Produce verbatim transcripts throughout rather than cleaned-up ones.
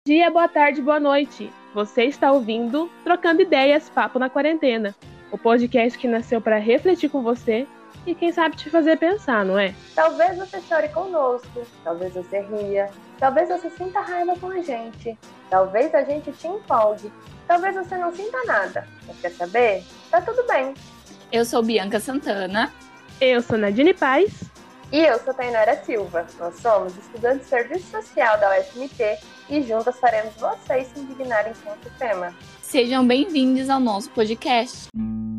Dia, boa tarde, boa noite. Você está ouvindo Trocando Ideias, Papo na Quarentena, o podcast que nasceu para refletir com você e quem sabe te fazer pensar, não é? Talvez você chore conosco, talvez você ria, talvez você sinta raiva com a gente, talvez a gente te empolgue, talvez você não sinta nada. Mas quer saber? Tá tudo bem. Eu sou Bianca Santana. Eu sou Nadine Paz. E eu sou Tainara Silva. Nós somos estudantes de Serviço Social da U F M T e juntas faremos vocês se indignarem com o tema. Sejam bem-vindos ao nosso podcast.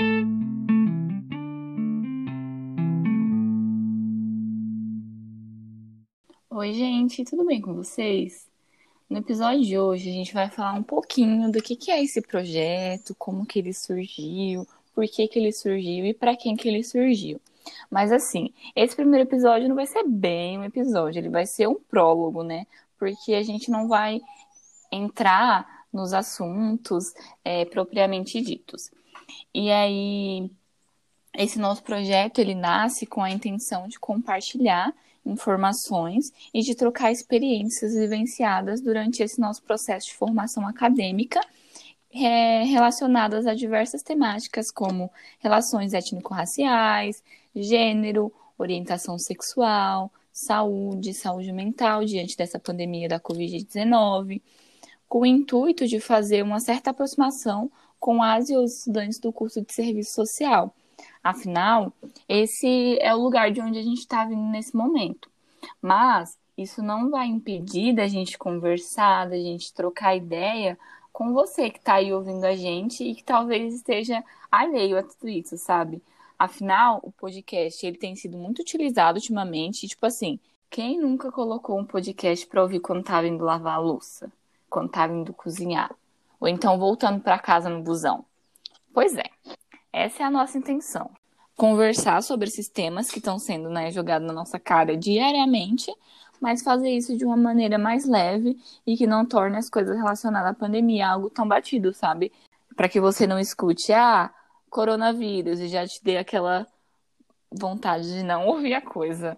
Oi, gente, tudo bem com vocês? No episódio de hoje, a gente vai falar um pouquinho do que, que é esse projeto, como que ele surgiu, por que, que ele surgiu e para quem que ele surgiu. Mas assim, esse primeiro episódio não vai ser bem um episódio, ele vai ser um prólogo, né? Porque a gente não vai entrar nos assuntos é, propriamente ditos. E aí, esse nosso projeto, ele nasce com a intenção de compartilhar informações e de trocar experiências vivenciadas durante esse nosso processo de formação acadêmica, é, relacionadas a diversas temáticas como relações étnico-raciais, gênero, orientação sexual, saúde, saúde mental diante dessa pandemia da covid dezenove, com o intuito de fazer uma certa aproximação com as e os estudantes do curso de serviço social. Afinal, esse é o lugar de onde a gente está vindo nesse momento. Mas isso não vai impedir da gente conversar, da gente trocar ideia com você que está aí ouvindo a gente e que talvez esteja alheio a tudo isso, sabe? Afinal, o podcast ele tem sido muito utilizado ultimamente. E, tipo assim, quem nunca colocou um podcast para ouvir quando estava indo lavar a louça? Quando estava indo cozinhar? Ou então voltando para casa no busão? Pois é, essa é a nossa intenção. Conversar sobre esses temas que estão sendo, né, jogados na nossa cara diariamente, mas fazer isso de uma maneira mais leve e que não torne as coisas relacionadas à pandemia algo tão batido, sabe? Para que você não escute, ah, coronavírus, e já te dê aquela vontade de não ouvir a coisa.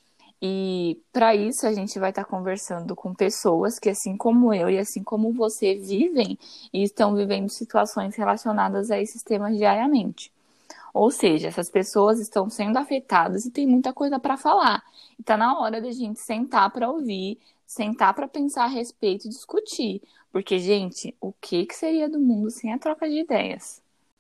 E para isso a gente vai estar tá conversando com pessoas que, assim como eu e assim como você, vivem e estão vivendo situações relacionadas a esses temas diariamente. Ou seja, essas pessoas estão sendo afetadas e tem muita coisa para falar. E tá na hora da gente sentar para ouvir, sentar para pensar a respeito e discutir. Porque, gente, o que, que seria do mundo sem a troca de ideias?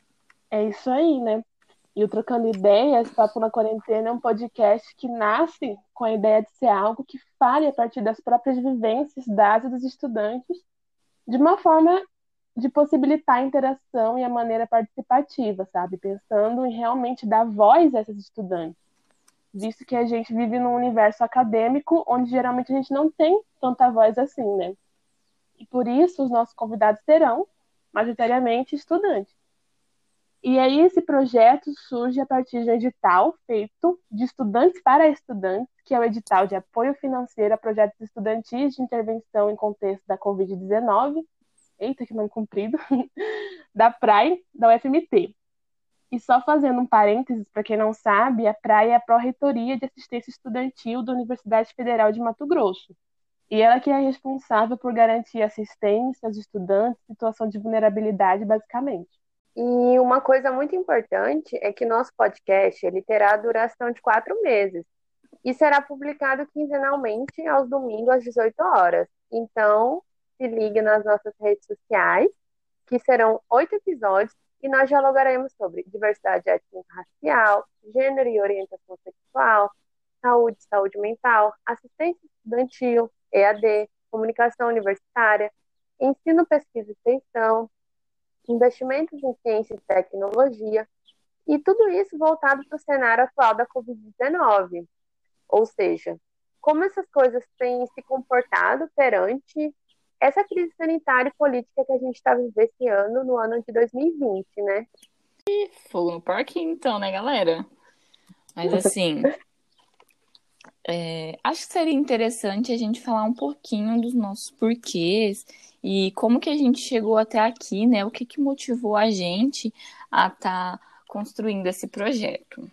É isso aí, né? E o Trocando Ideias, Papo na Quarentena, é um podcast que nasce com a ideia de ser algo que fale a partir das próprias vivências das e dos estudantes, de uma forma de possibilitar a interação e a maneira participativa, sabe? Pensando em realmente dar voz a esses estudantes. Visto que a gente vive num universo acadêmico onde geralmente a gente não tem tanta voz assim, né? E por isso os nossos convidados serão, majoritariamente, estudantes. E aí esse projeto surge a partir de um edital feito de estudantes para estudantes, que é o edital de apoio financeiro a projetos estudantis de intervenção em contexto da covid dezenove, eita, que nome comprido, da P R A E, da U F M T. E só fazendo um parênteses, para quem não sabe, a P R A E é a Pró-Reitoria de Assistência Estudantil da Universidade Federal de Mato Grosso. E ela que é responsável por garantir assistência aos estudantes em situação de vulnerabilidade, basicamente. E uma coisa muito importante é que nosso podcast ele terá a duração de quatro meses e será publicado quinzenalmente aos domingos às dezoito horas. Então, se ligue nas nossas redes sociais, que serão oito episódios, e nós dialogaremos sobre diversidade étnico-racial, gênero e orientação sexual, saúde, saúde mental, assistência estudantil, E A D, comunicação universitária, ensino, pesquisa e extensão, investimentos em ciência e tecnologia, e tudo isso voltado para o cenário atual da covid dezenove. Ou seja, como essas coisas têm se comportado perante essa crise sanitária e política que a gente está vivenciando no ano de dois mil e vinte, né? Fogo no parquinho, então, né, galera? Mas assim, é, acho que seria interessante a gente falar um pouquinho dos nossos porquês e como que a gente chegou até aqui, né? O que que motivou a gente a estar tá construindo esse projeto.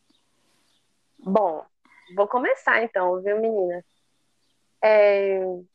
Bom, vou começar então, viu, menina? É...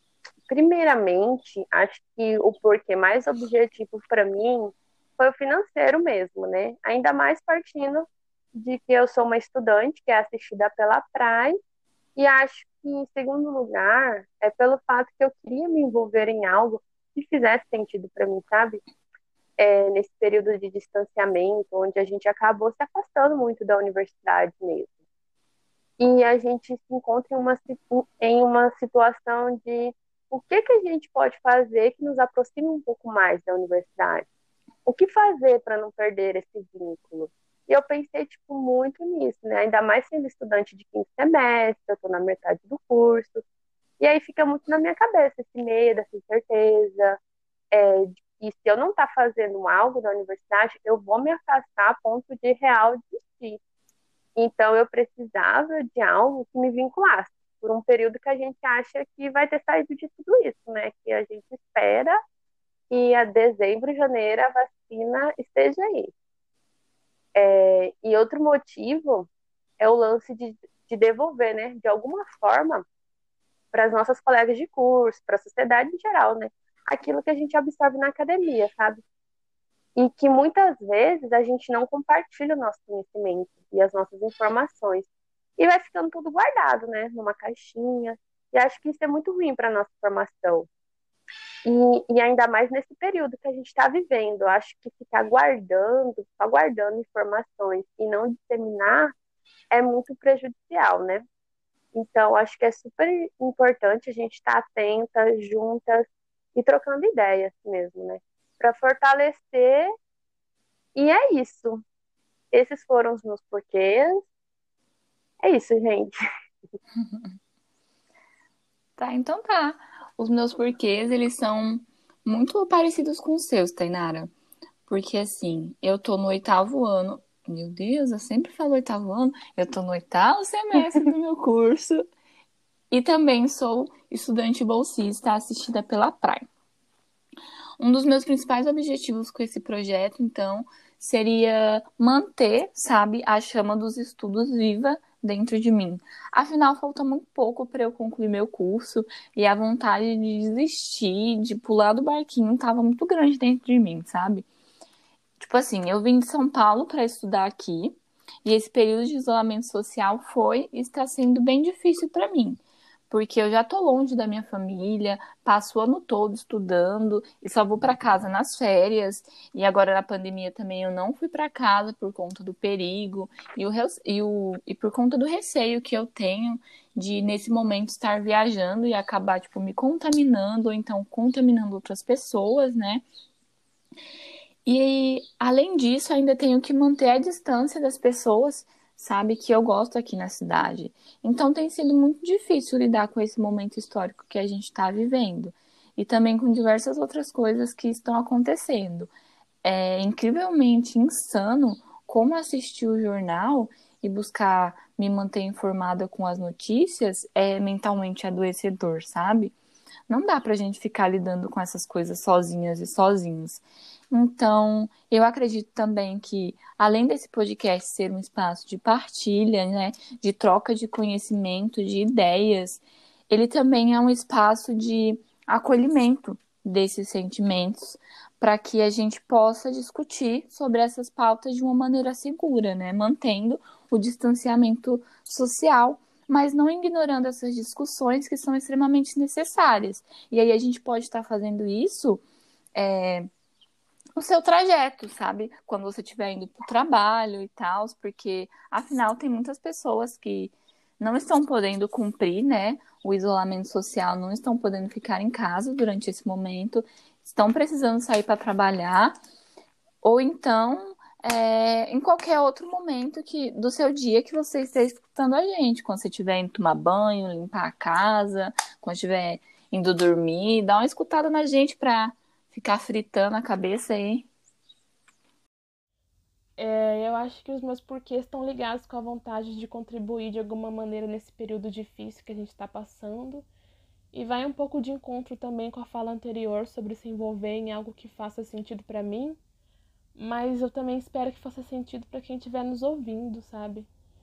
primeiramente, acho que o porquê mais objetivo para mim foi o financeiro mesmo, né? Ainda mais partindo de que eu sou uma estudante que é assistida pela Praia, e acho que, em segundo lugar, é pelo fato que eu queria me envolver em algo que fizesse sentido para mim, sabe? É, nesse período de distanciamento, onde a gente acabou se afastando muito da universidade mesmo. E a gente se encontra em uma, em uma situação de o que, que a gente pode fazer que nos aproxime um pouco mais da universidade? O que fazer para não perder esse vínculo? E eu pensei, tipo, muito nisso, né? Ainda mais sendo estudante de quinto semestre, eu estou na metade do curso. E aí fica muito na minha cabeça esse medo, essa incerteza, é, de que se eu não estar tá fazendo algo da universidade, eu vou me afastar a ponto de real desistir. Então, eu precisava de algo que me vinculasse por um período que a gente acha que vai ter saído de tudo isso, né? Que a gente espera que a dezembro, janeiro, a vacina esteja aí. É, e outro motivo é o lance de, de devolver, né? De alguma forma, para as nossas colegas de curso, para a sociedade em geral, né? Aquilo que a gente absorve na academia, sabe? E que muitas vezes a gente não compartilha o nosso conhecimento e as nossas informações. E vai ficando tudo guardado, né? Numa caixinha. E acho que isso é muito ruim para a nossa formação. E, e ainda mais nesse período que a gente está vivendo. Acho que ficar guardando, ficar guardando informações e não disseminar é muito prejudicial, né? Então, acho que é super importante a gente estar atenta, juntas e trocando ideias mesmo, né? Para fortalecer. E é isso. Esses foram os meus porquês. É isso, gente. Tá, então tá. Os meus porquês, eles são muito parecidos com os seus, Tainara. Porque assim, eu tô no oitavo ano. Meu Deus, eu sempre falo oitavo ano. Eu tô no oitavo semestre do meu curso. E também sou estudante bolsista assistida pela Praia. Um dos meus principais objetivos com esse projeto, então, seria manter, sabe, a chama dos estudos viva dentro de mim. Afinal, falta muito pouco para eu concluir meu curso e a vontade de desistir, de pular do barquinho, estava muito grande dentro de mim, sabe? Tipo assim, eu vim de São Paulo para estudar aqui e esse período de isolamento social foi e está sendo bem difícil para mim. Porque eu já tô longe da minha família, passo o ano todo estudando e só vou para casa nas férias. E agora na pandemia também eu não fui para casa por conta do perigo e, o, e, o, e por conta do receio que eu tenho de nesse momento estar viajando e acabar tipo me contaminando ou então contaminando outras pessoas, né? E além disso, ainda tenho que manter a distância das pessoas, sabe, que eu gosto aqui na cidade. Então tem sido muito difícil lidar com esse momento histórico que a gente está vivendo. E também com diversas outras coisas que estão acontecendo. É incrivelmente insano como assistir o jornal e buscar me manter informada com as notícias é mentalmente adoecedor, sabe? Não dá pra gente ficar lidando com essas coisas sozinhas e sozinhos. Então, eu acredito também que, além desse podcast ser um espaço de partilha, né, de troca de conhecimento, de ideias, ele também é um espaço de acolhimento desses sentimentos, para que a gente possa discutir sobre essas pautas de uma maneira segura, né, mantendo o distanciamento social, mas não ignorando essas discussões que são extremamente necessárias. E aí a gente pode estar fazendo isso é, no seu trajeto, sabe? Quando você estiver indo para o trabalho e tal, porque afinal tem muitas pessoas que não estão podendo cumprir, né, o isolamento social, não estão podendo ficar em casa durante esse momento, estão precisando sair para trabalhar, ou então é, em qualquer outro momento que, do seu dia que você esteja escutando a gente, quando você estiver indo tomar banho, limpar a casa, quando estiver indo dormir, dá uma escutada na gente para ficar fritando a cabeça aí. É, eu acho que os meus porquês estão ligados com a vontade de contribuir de alguma maneira nesse período difícil que a gente está passando. E vai um pouco de encontro também com a fala anterior sobre se envolver em algo que faça sentido para mim, mas eu também espero que faça sentido para quem estiver nos ouvindo, sabe?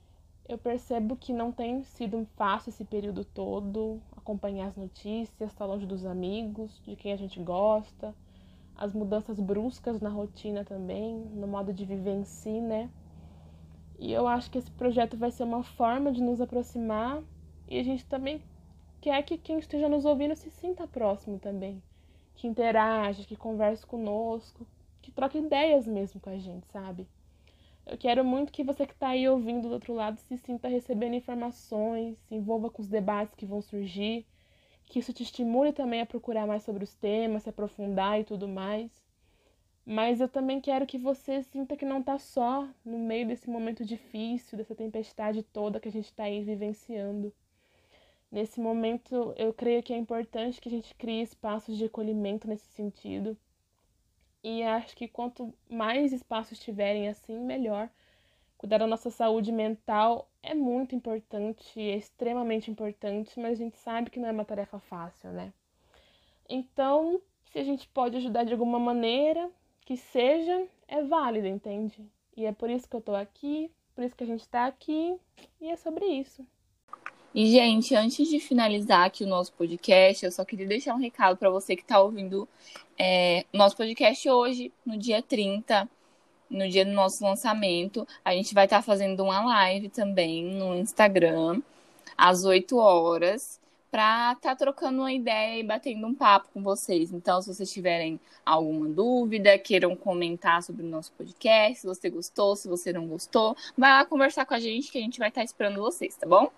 Eu percebo que não tem sido fácil esse período todo, acompanhar as notícias, estar longe dos amigos, de quem a gente gosta, as mudanças bruscas na rotina também, no modo de viver em si, né? E eu acho que esse projeto vai ser uma forma de nos aproximar e a gente também quer que quem esteja nos ouvindo se sinta próximo também, que interaja, que converse conosco, que troque ideias mesmo com a gente, sabe? Eu quero muito que você que está aí ouvindo do outro lado se sinta recebendo informações, se envolva com os debates que vão surgir, que isso te estimule também a procurar mais sobre os temas, se aprofundar e tudo mais. Mas eu também quero que você sinta que não está só no meio desse momento difícil, dessa tempestade toda que a gente está aí vivenciando. Nesse momento, eu creio que é importante que a gente crie espaços de acolhimento nesse sentido. E acho que quanto mais espaços tiverem assim, melhor. Cuidar da nossa saúde mental é muito importante, é extremamente importante, mas a gente sabe que não é uma tarefa fácil, né? Então, se a gente pode ajudar de alguma maneira, que seja, é válido, entende? E é por isso que eu tô aqui, por isso que a gente tá aqui, e é sobre isso. E, gente, antes de finalizar aqui o nosso podcast, eu só queria deixar um recado para você que está ouvindo é, nosso podcast hoje, no dia trinta, no dia do nosso lançamento. A gente vai estar tá fazendo uma live também no Instagram, às oito horas, para estar tá trocando uma ideia e batendo um papo com vocês. Então, se vocês tiverem alguma dúvida, queiram comentar sobre o nosso podcast, se você gostou, se você não gostou, vai lá conversar com a gente que a gente vai estar tá esperando vocês, tá bom?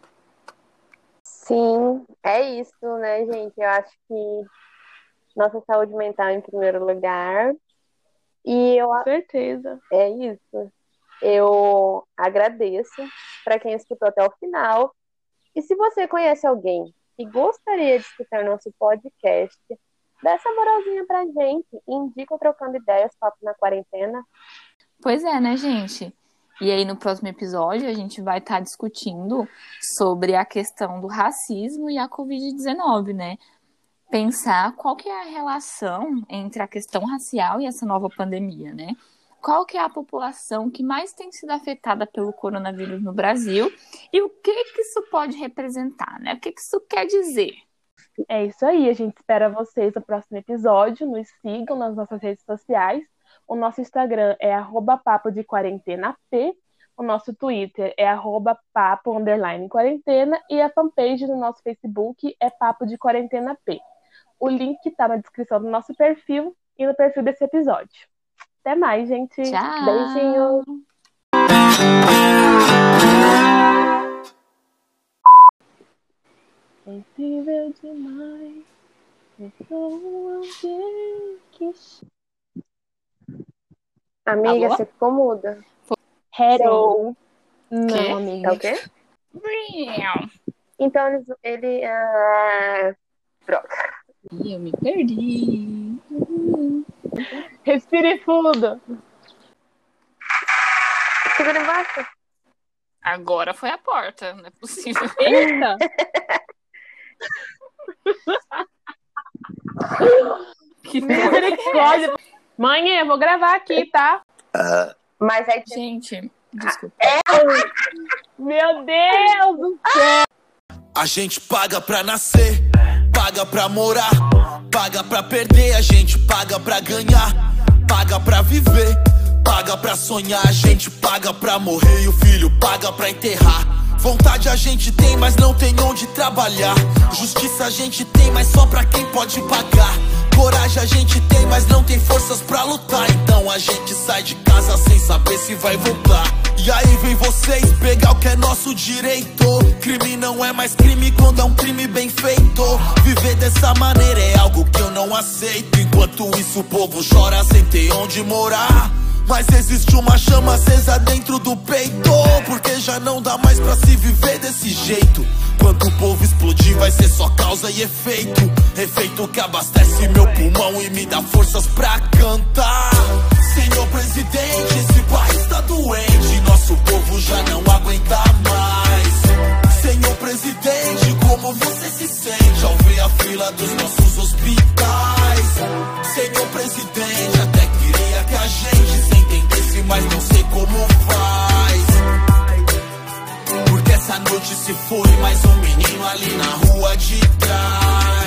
Sim, é isso, né, gente? Eu acho que nossa saúde mental em primeiro lugar. E eu Com certeza. É isso. Eu agradeço para quem escutou até o final. E se você conhece alguém que gostaria de escutar nosso podcast, dá essa moralzinha pra gente. Indica o Trocando Ideias, Papo na Quarentena. Pois é, né, gente? E aí, no próximo episódio, a gente vai estar tá discutindo sobre a questão do racismo e a covid dezenove, né? Pensar qual que é a relação entre a questão racial e essa nova pandemia, né? Qual que é a população que mais tem sido afetada pelo coronavírus no Brasil e o que que isso pode representar, né? O que que isso quer dizer? É isso aí, a gente espera vocês no próximo episódio, nos sigam nas nossas redes sociais. O nosso Instagram é arroba papo de quarentena p, o nosso Twitter é arroba papo underline quarentena e a fanpage do nosso Facebook é papo de quarentena p. O link está na descrição do nosso perfil e no perfil desse episódio. Até mais, gente. Tchau. Beijinho. É incrível demais. Eu sou alguém que... Amiga, Alô? você ficou muda. Hello. Não, Quê? amiga. É o quê? Briam. Então, ele... ele ah, pronto. Ih, eu me perdi. Respire fundo. Segura embaixo. Agora foi a porta, não é possível. Eita! Que Misericórdia. Mãe, eu vou gravar aqui, tá? Mas aí... Gente, desculpa. Meu Deus do céu! A gente paga pra nascer, paga pra morar, paga pra perder, a gente paga pra ganhar, paga pra viver, paga pra sonhar, a gente paga pra morrer e o filho paga pra enterrar. Vontade a gente tem, mas não tem onde trabalhar. Justiça a gente tem, mas só pra quem pode pagar. Coragem a gente tem, mas não tem forças pra lutar. Então a gente sai de casa sem saber se vai voltar. E aí vem vocês pegar o que é nosso direito. Crime não é mais crime quando é um crime bem feito. Viver dessa maneira é algo que eu não aceito. Enquanto isso o povo chora sem ter onde morar. Mas existe uma chama acesa dentro do peito, porque já não dá mais pra se viver desse jeito. Quando o povo explodir vai ser só causa e efeito. Efeito que abastece meu pulmão e me dá forças pra cantar. Senhor presidente, esse país tá doente, nosso povo já não aguenta mais. Senhor presidente, como você se sente ao ver a fila dos nossos hospitais? Senhor presidente, até queria que a gente se entendesse, mas não sei como faz. Porque se foi mais um menino ali na rua de trás.